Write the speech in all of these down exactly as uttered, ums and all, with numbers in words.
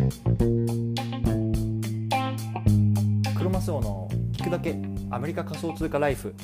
クロマスオの聞くだけアメリカ仮想通貨ライフ。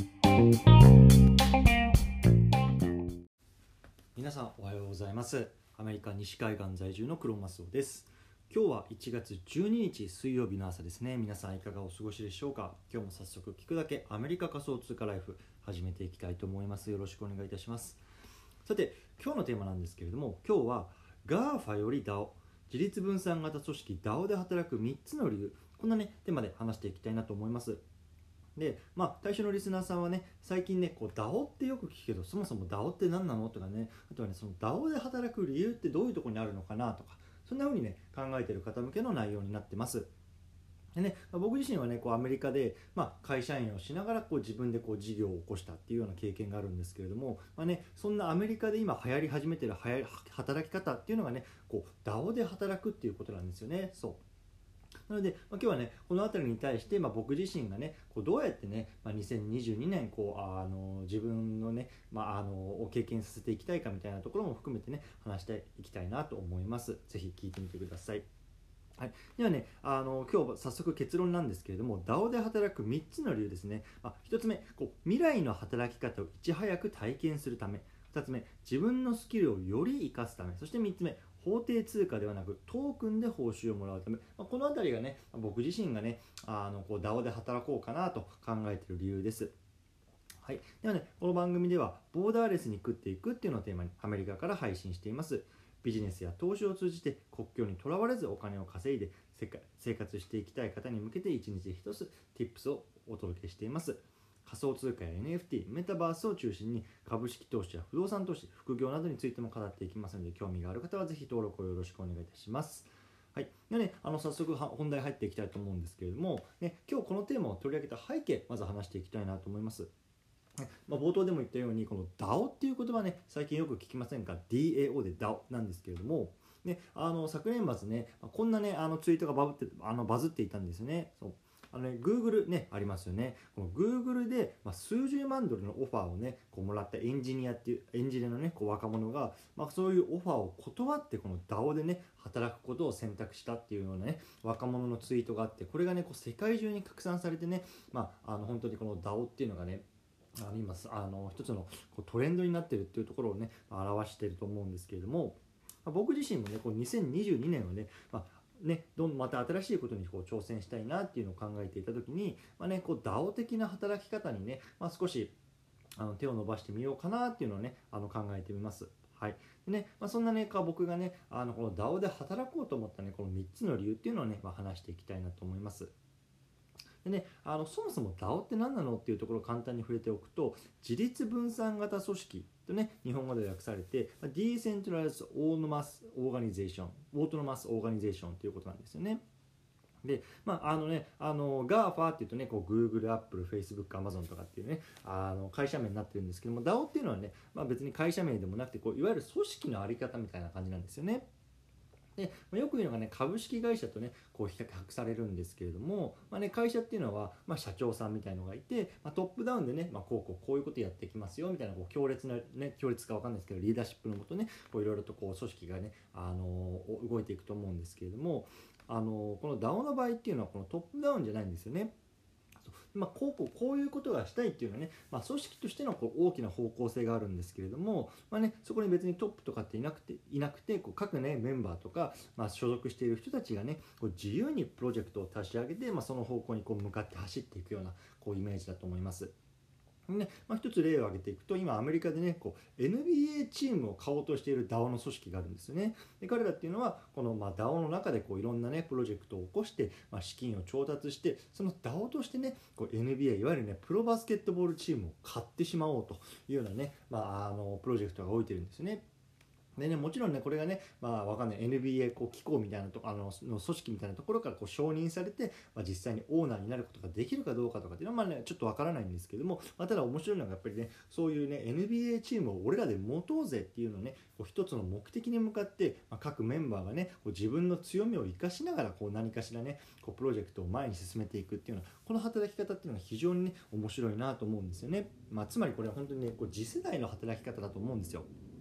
皆さんおはようございます。アメリカ西海岸在住のクロマスオです。今日はいちがつじゅうににち水曜日の朝ですね。皆さんいかがお過ごしでしょうか。今日も早速聞くだけアメリカ仮想通貨ライフ始めていきたいと思います。よろしくお願いいたします。さて今日のテーマなんですけれども、今日は ガーファ より ダオ、 自立分散型組織 ダオ で働くみっつの理由、こんなねテーマで話していきたいなと思います。で、まあ、対象のリスナーさんはね、最近ね、こう ダオ ってよく聞くけど、そもそも ダオ って何なのとかね、あとはね、その ダオ で働く理由ってどういうところにあるのかなとか、そんな風にね、考えている方向けの内容になってます。でね、まあ、僕自身はね、こうアメリカで、まあ、会社員をしながらこう自分でこう事業を起こしたっていうような経験があるんですけれども、まあね、そんなアメリカで今流行り始めている流行り働き方っていうのがね、こう ダオ で働くっていうことなんですよね。そうなので、まあ、今日はねこの辺りに対して、まあ、僕自身がねこうどうやってね、まあ、にせんにじゅうにねんこうあの自分のね、まあ、あのを経験させていきたいかみたいなところも含めてね話していきたいなと思います。ぜひ聞いてみてください。はい、ではね、あの今日早速結論なんですけれども、 ダオ で働くみっつの理由ですね。まあ、ひとつめ、こう未来の働き方をいち早く体験するため。ふたつめ、自分のスキルをより生かすため。そしてみっつめ、法定通貨ではなくトークンで報酬をもらうため。まあ、このあたりがね、僕自身がね、あのこう ダオ で働こうかなと考えている理由です。はい、ではね、この番組ではボーダーレスに食っていくっていうのをテーマにアメリカから配信しています。ビジネスや投資を通じて国境にとらわれずお金を稼いで生活していきたい方に向けて一日一つ Tips をお届けしています。仮想通貨や エヌエフティー、メタバースを中心に株式投資や不動産投資、副業などについても語っていきますので、興味がある方はぜひ登録をよろしくお願いいたします。はい、でね、あの早速本題入っていきたいと思うんですけれども、ね、今日このテーマを取り上げた背景、まず話していきたいなと思います。まあ、冒頭でも言ったようにこの ダオ っていう言葉ね最近よく聞きませんか。 ディーエーオー で ダオ なんですけれども、ね、あの昨年末ねこんなねあのツイートがバズってあのバズっていたんですね。そうあのね Google ねありますよね。この Google で、まあ、数十万ドルのオファーをねこうもらったエンジニアっていうエンジニアのねこう若者が、まあ、そういうオファーを断ってこの ダオ でね働くことを選択したっていうようなね若者のツイートがあって、これがねこう世界中に拡散されてね、まあ、あの本当にこの ダオ っていうのがねあの今あの一つのこうトレンドになっているっていうところをね表していると思うんですけれども、まあ、僕自身もねこうにせんにじゅうにねんはね、まあね、どんまた新しいことにこう挑戦したいなっていうのを考えていた時に、まあね、こう ダオ 的な働き方にね、まあ、少しあの手を伸ばしてみようかなっていうのをねあの考えてみます。はいでねまあ、そんなね僕がねあのこの ダオ で働こうと思ったねこのみっつの理由っていうのをね、まあ、話していきたいなと思います。でね、あのそもそも ダオ って何なのっていうところを簡単に触れておくと、自立分散型組織とね日本語で訳されて Decentralized Autonomous Organization、 Autonomous Organization ということなんですよね。で、まああのね、あの ガーファ っていうとね、こう Google、Apple、Facebook、Amazon とかっていうね、あの会社名になってるんですけども、ダオ っていうのはね、まあ、別に会社名でもなくてこういわゆる組織のあり方みたいな感じなんですよね。でまあ、よく言うのがね株式会社とねこう比較されるんですけれども、まあね、会社っていうのは、まあ、社長さんみたいのがいて、まあ、トップダウンでね、まあ、こうこうこういうことやっていきますよみたいなこう強烈なね強烈か分かんないですけどリーダーシップのもとねいろいろとこう組織がね、あのー、動いていくと思うんですけれども、あのー、この ダオ の場合っていうのはこのトップダウンじゃないんですよね。まあ、こうこうこういうことがしたいっていうのはね、まあ、組織としてのこう大きな方向性があるんですけれども、まあね、そこに別にトップとかっていなくていなくてこう各、ね、メンバーとか、まあ、所属している人たちがねこう自由にプロジェクトを立ち上げて、まあ、その方向にこう向かって走っていくようなこうイメージだと思います。ねまあ、一つ例を挙げていくと、今アメリカでねこう エヌビーエー チームを買おうとしている ダオ の組織があるんですよね。で彼らっていうのはこの、まあ、ダオ の中でこういろんなねプロジェクトを起こして、まあ、資金を調達して、その ダオ としてねこう エヌビーエー いわゆるねプロバスケットボールチームを買ってしまおうというようなね、まあ、あのプロジェクトが動いてるんですよね。でね、もちろんねこれがね、まあ、わかんない エヌビーエー こう機構みたいなとあのの組織みたいなところからこう承認されて、まあ、実際にオーナーになることができるかどうかとかっていうのは、まあね、ちょっとわからないんですけども、まあ、ただ面白いのがやっぱりねそういうね エヌビーエー チームを俺らで持とうぜっていうのをねこう一つの目的に向かって、まあ、各メンバーがねこう自分の強みを生かしながらこう何かしらねこうプロジェクトを前に進めていくっていうのは、この働き方っていうのは非常にね面白いなと思うんですよね。まあ、つまりこれは本当にねこう次世代の働き方だと思うんですよ。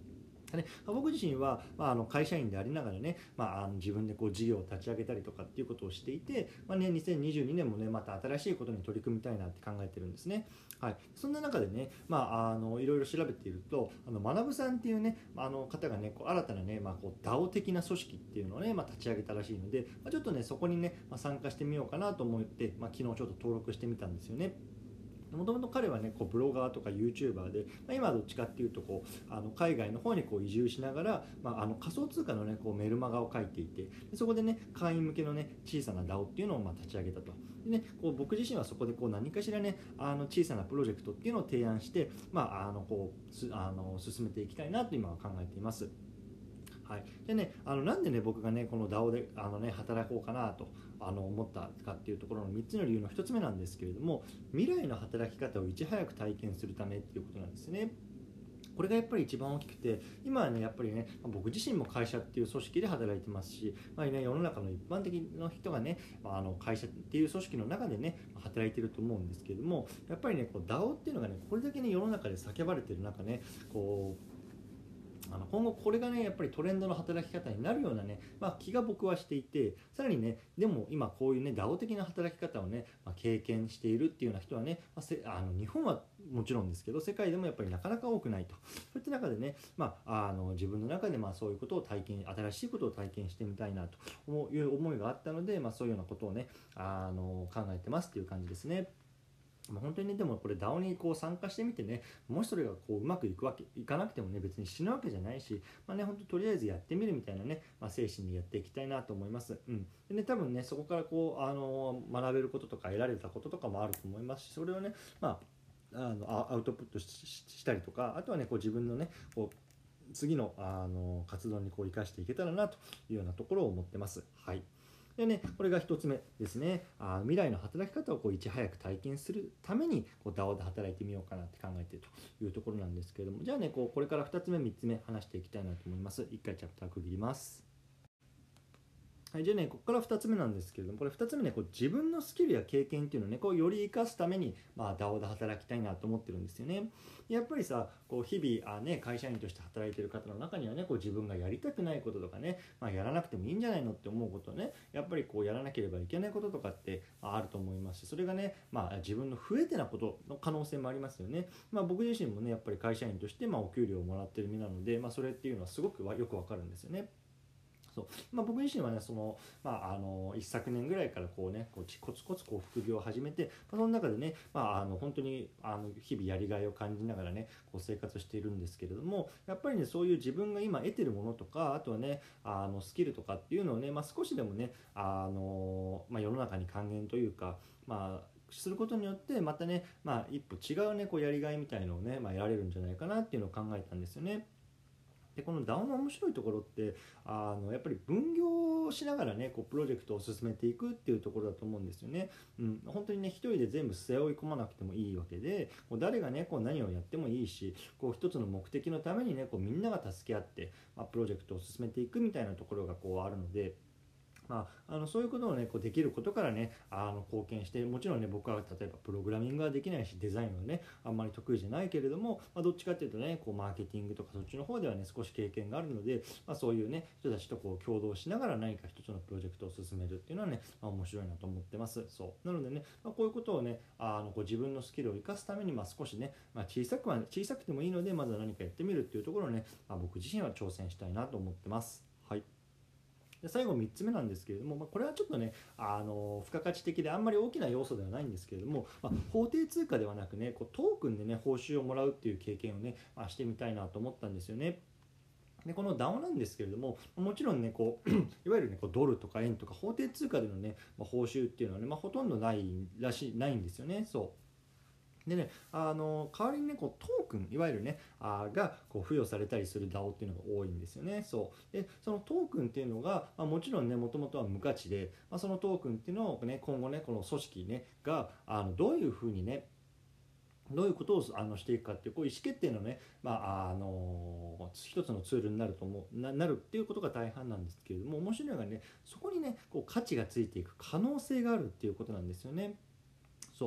でね、僕自身は、まあ、あの会社員でありながらね、まあ、あの自分でこう事業を立ち上げたりとかっていうことをしていて、まあね、にせんにじゅうにねんもねまた新しいことに取り組みたいなって考えてるんですね。はい、そんな中でね、まあ、あのいろいろ調べていると、あの学さんっていうね、あの方がねこう新たなね、まあ、こう ダオ 的な組織っていうのをね、まあ、立ち上げたらしいので、まあ、ちょっとねそこにね、まあ、参加してみようかなと思って、まあ、昨日ちょっと登録してみたんですよね。もともと彼はねこうブロガーとか YouTuber で、まあ、今はどっちかっていうとこうあの海外の方にこう移住しながら、まあ、あの仮想通貨のねこうメルマガを書いていて、でそこでね会員向けのね小さな ダオ っていうのをまあ立ち上げたと。でね、こう僕自身はそこでこう何かしらねあの小さなプロジェクトっていうのを提案して、まあ、あのこうすあの進めていきたいなと今は考えています。はい、でね、あのなんでね僕がねこの ダオ であの、ね、働こうかなとあの思ったかっていうところのみっつの理由のひとつめなんですけれども、未来の働き方をいち早く体験するためっていうことなんですね。これがやっぱり一番大きくて、今はねやっぱりね僕自身も会社っていう組織で働いてますし、まあね、世の中の一般的な人がねあの会社っていう組織の中でね働いてると思うんですけれども、やっぱりねこう ダオ っていうのがねこれだけね世の中で叫ばれてる中ね、こうあの今後これがねやっぱりトレンドの働き方になるようなね、まあ、気が僕はしていて、さらにねでも今こういうね ダオ 的な働き方をね、まあ、経験しているっていうような人はね、まあ、せあの日本はもちろんですけど世界でもやっぱりなかなか多くないと。そういった中でね、まあ、あの自分の中でまあそういうことを体験新しいことを体験してみたいなという思いがあったので、まあ、そういうようなことをねあの考えてますっていう感じですね。まあ、本当にねでもこれ ダオ にこう参加してみてね、もしそれがこううまくいくわけいかなくてもね別に死ぬわけじゃないし、まあね本当とりあえずやってみるみたいなね、まあ、精神でやっていきたいなと思います。うん、でね多分ねそこからこうあの学べることとか得られたこととかもあると思いますし、それをねまああのアウトプット し, したりとか、あとはねこう自分のねこう次のあの活動にこう生かしていけたらなというようなところを思ってます。はい。でね、これがひとつめですね。あ未来の働き方をこういち早く体験するためにこう ダオ で働いてみようかなって考えているというところなんですけれども、じゃあねこうこれからふたつめみっつめ話していきたいなと思います。いっかいチャプター区切ります。はい、じゃあね、ここからふたつめなんですけれども、これふたつめね、こう自分のスキルや経験っていうのをね、こうより活かすために、まあ、ダオ で働きたいなと思ってるんですよね。やっぱりさ、こう日々あ、ね、会社員として働いてる方の中にはね、こう自分がやりたくないこととかね、まあ、やらなくてもいいんじゃないのって思うことね、やっぱりこうやらなければいけないこととかって、まあ、あると思いますし、それがね、まあ、自分の不得手なことの可能性もありますよね。まあ、僕自身もね、やっぱり会社員として、まあ、お給料をもらってる身なので、まあ、それっていうのはすごくよくわかるんですよね。そうまあ、僕自身はねその、まあ、あの一昨年ぐらいからこうねこうコツコツこう副業を始めて、まあ、その中でね、まあ、あの本当にあの日々やりがいを感じながらねこう生活しているんですけれども、やっぱりねそういう自分が今得てるものとか、あとはねあのスキルとかっていうのをね、まあ、少しでもねあの、まあ、世の中に還元というか、まあすることによってまたね、まあ、一歩違うねこうやりがいみたいのをね、まあ、得られるんじゃないかなっていうのを考えたんですよね。でこの ダオ の面白いところってあのやっぱり分業しながらねこうプロジェクトを進めていくっていうところだと思うんですよね。うん、本当にね一人で全部背負い込まなくてもいいわけで、こう誰がねこう何をやってもいいし、こう一つの目的のためにねこうみんなが助け合って、まあ、プロジェクトを進めていくみたいなところがこうあるので。まあ、あのそういうことをねこうできることからねあの貢献して、もちろんね僕は例えばプログラミングはできないしデザインはねあんまり得意じゃないけれども、まあ、どっちかっていうとねこうマーケティングとかそっちの方ではね少し経験があるので、まあ、そういうね人たちとこう共同しながら何か一つのプロジェクトを進めるっていうのはね、まあ、面白いなと思ってます。そうなのでね、まあ、こういうことをねあのこう自分のスキルを生かすために、まあ、少しね、まあ、小さくは小さくてもいいのでまずは何かやってみるっていうところをね、まあ、僕自身は挑戦したいなと思ってます。はい。で最後みっつめなんですけれども、まあ、これはちょっとねあの付加価値的であんまり大きな要素ではないんですけれども、まあ、法定通貨ではなくねこうトークンでね報酬をもらうっていう経験をね、まあ、してみたいなと思ったんですよね。でこの ダオ なんですけれども、もちろんねこういわゆるねこうドルとか円とか法定通貨でのね、まあ、報酬っていうのはね、まあ、ほとんどないらしいないんですよね。そうでね、あの代わりにねこうトークンいわゆるねあがこう付与されたりする ダオ っていうのが多いんですよね。そうでそのトークンっていうのが、まあ、もちろんねもともとは無価値で、まあ、そのトークンっていうのをね今後ねこの組織ねがあのどういうふうにねどういうことをあのしていくかっていうこう意思決定のね、まあ、あの一つのツールになると思う な, なるっていうことが大半なんですけれども、面白いのがねそこにねこう価値がついていく可能性があるっていうことなんですよね。そう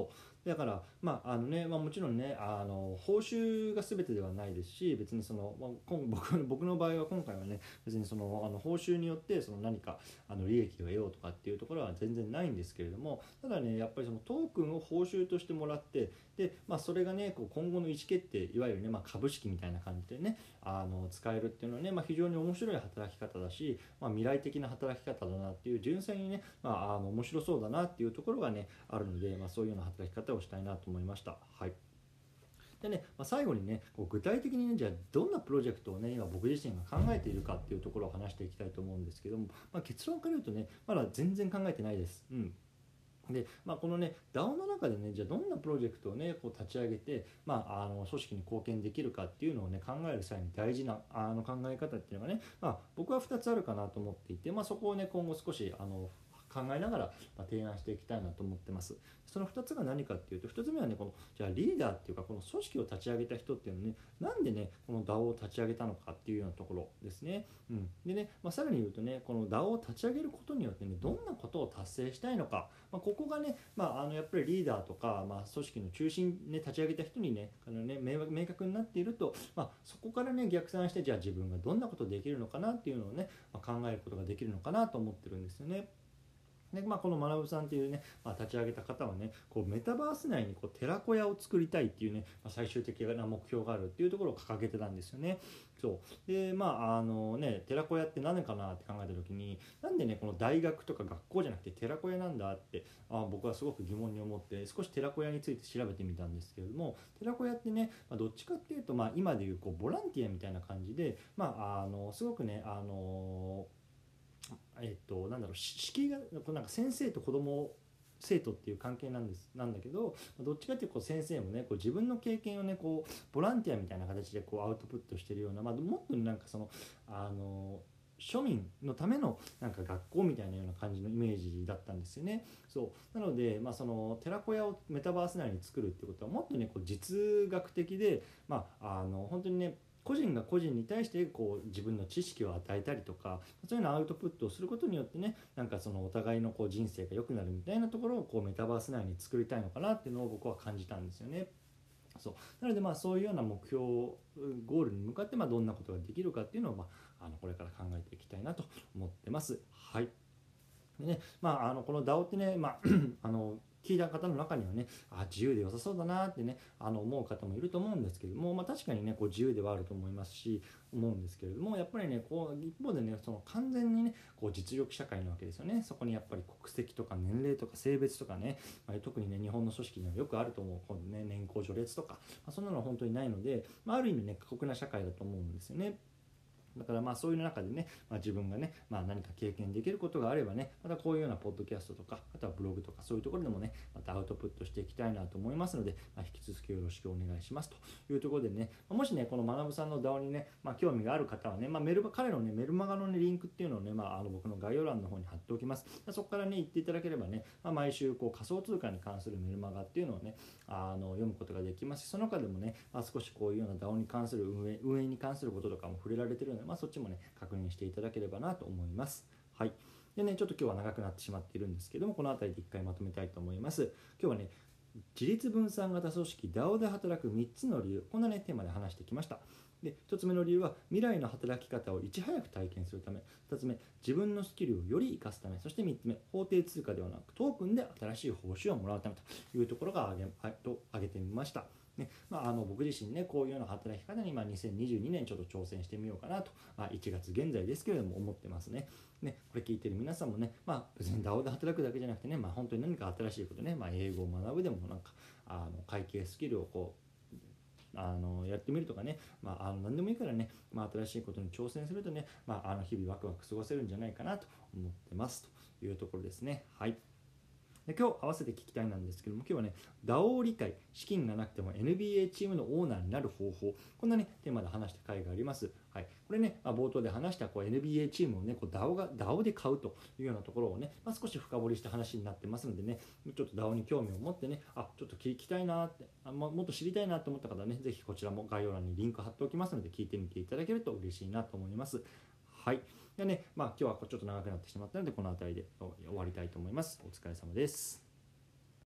だからまああのね、まあ、もちろんねあの報酬が全てではないですし、別にその、まあ、今僕僕の場合は今回はね別にそのあの報酬によってその何かあの利益を得ようとかっていうところは全然ないんですけれども、ただねやっぱりそのトークンを報酬としてもらって、で、まあ、それがねこう今後の意思決定、いわゆるね、まあ、株式みたいな感じでねあの使えるっていうのはね、まあ、非常に面白い働き方だし、まあ、未来的な働き方だなっていう、純粋にね、まあ、あの面白そうだなっていうところがねあるので、まあ、そういうような働き方をしたいなと思いました。はい。でね、まあ、最後にねこう具体的にねじゃあどんなプロジェクトをね今僕自身が考えているかっていうところを話していきたいと思うんですけども、まあ、結論から言うとねまだ全然考えてないです。うん。で、まあ、このね ダオ の中でねじゃあどんなプロジェクトをねこう立ち上げて、まあ、あの組織に貢献できるかっていうのをね考える際に大事なあの考え方っていうのがね、まあ、僕はふたつあるかなと思っていて、まあ、そこをね今後少しあの考えながら提案していきたいなと思ってます。そのふたつが何かっていうと、ひとつめはねこのじゃあリーダーっていうかこの組織を立ち上げた人っていうのはねなんでねこの ダオ を立ち上げたのかっていうようなところですね。うん、でね、まあ、さらに言うとねこの ダオ を立ち上げることによってねどんなことを達成したいのか、まあ、ここがね、まあ、あのやっぱりリーダーとか、まあ、組織の中心ね立ち上げた人にねあのね明確になっていると、まあ、そこからね逆算してじゃあ自分がどんなことできるのかなっていうのをね、まあ、考えることができるのかなと思ってるんですよね。でまあ、この学さんっていうね、まあ、立ち上げた方はねこうメタバース内にこう寺子屋を作りたいっていうね、まあ、最終的な目標があるっていうところを掲げてたんですよね。そうでまああのね寺子屋って何かなって考えた時に、なんでねこの大学とか学校じゃなくて寺子屋なんだってあ僕はすごく疑問に思って少し寺子屋について調べてみたんですけれども、寺子屋ってね、まあ、どっちかっていうと、まあ、今でいうこうボランティアみたいな感じで、まあ、あのすごくねあのえっと、なんだろう敷居がなんか先生と子供生徒っていう関係なんですなんだけど、どっちかっていうとこう先生もねこう自分の経験をねこうボランティアみたいな形でこうアウトプットしてるような、まあ、もっとなんかそのあの庶民のためのなんか学校みたいなような感じのイメージだったんですよね。そうなので、まあ、その寺子屋をメタバース内に作るってことはもっとねこう実学的で、まあ、あの本当にね個人が個人に対してこう自分の知識を与えたりとか、そういうのアウトプットをすることによってねなんかそのお互いのこう人生が良くなるみたいなところをこうメタバース内に作りたいのかなっていうのを僕は感じたんですよね。そうなのでまあそういうような目標ゴールに向かってまあどんなことができるかっていうのをまああのこれから考えていきたいなと思ってます。はい。でね、まあ、あのこの ダオ ってね、まあ、あの聞いた方の中にはねあ自由で良さそうだなってねあの思う方もいると思うんですけれども、まあ、確かにねこう自由ではあると思いますし思うんですけれども、やっぱりねこう一方でねその完全にねこう実力社会なわけですよね。そこにやっぱり国籍とか年齢とか性別とかね、まあ、特にね日本の組織にはよくあると思うこの、ね、年功序列とか、まあ、そんなのは本当にないので、まあ、ある意味ね過酷な社会だと思うんですよね。だからまあそういう中でね、まあ、自分がね、まあ、何か経験できることがあればね、またこういうようなポッドキャストとか、あとはブログとかそういうところでもね、またアウトプットしていきたいなと思いますので、まあ、引き続きよろしくお願いしますというところでね、もしね、この学さんの ダオ にね、まあ、興味がある方はね、まあ、メルマ彼のね、メルマガの、ね、リンクっていうのをね、まあ、あの僕の概要欄の方に貼っておきます。そこからね、行っていただければね、まあ、毎週こう仮想通貨に関するメルマガっていうのをね、あの読むことができますし、その中でもね、まあ、少しこういうような ダオ に関する運営、運営に関することとかも触れられてるので、まあ、そっちもね、確認していただければなと思います。はい。でね、ちょっと今日は長くなってしまっているんですけども、この辺りで一回まとめたいと思います。今日はね、自立分散型組織 ダオ で働くみっつの理由、こんなね、テーマで話してきました。で、ひとつめの理由は未来の働き方をいち早く体験するため、ふたつめ自分のスキルをより生かすため、そしてみっつめ法定通貨ではなくトークンで新しい報酬をもらうためというところが挙げ、と挙げてみました。ねまあ、あの僕自身ねこういうような働き方にまあにせんにじゅうにねんちょっと挑戦してみようかなと、まあ、いちがつ現在ですけれども思ってますね。ねこれ聞いてる皆さんもね、まあ、別に ダオ で働くだけじゃなくてね、まあ、本当に何か新しいことね、まあ、英語を学ぶでもなんかあの会計スキルをこうあのやってみるとかね、まあ、あの何でもいいからね、まあ、新しいことに挑戦するとね、まあ、あの日々ワクワク過ごせるんじゃないかなと思ってますというところですね。はい。で今日合わせて聞きたいなんですけども、今日はね ダオ を理解、資金がなくても エヌビーエー チームのオーナーになる方法、こんなねテーマで話した回があります。はい、これね、まあ、冒頭で話したこう エヌビーエー チームをねこう ダオ が ダオ で買うというようなところをね、まあ、少し深掘りした話になってますのでね、ちょっと ダオ に興味を持ってね、あちょっと聞きたいなってあ、もっと知りたいなと思った方はね、ぜひこちらも概要欄にリンク貼っておきますので聞いてみていただけると嬉しいなと思います。はい。でね、まあ今日はちょっと長くなってしまったのでこの辺りで終わりたいと思います。お疲れ様です。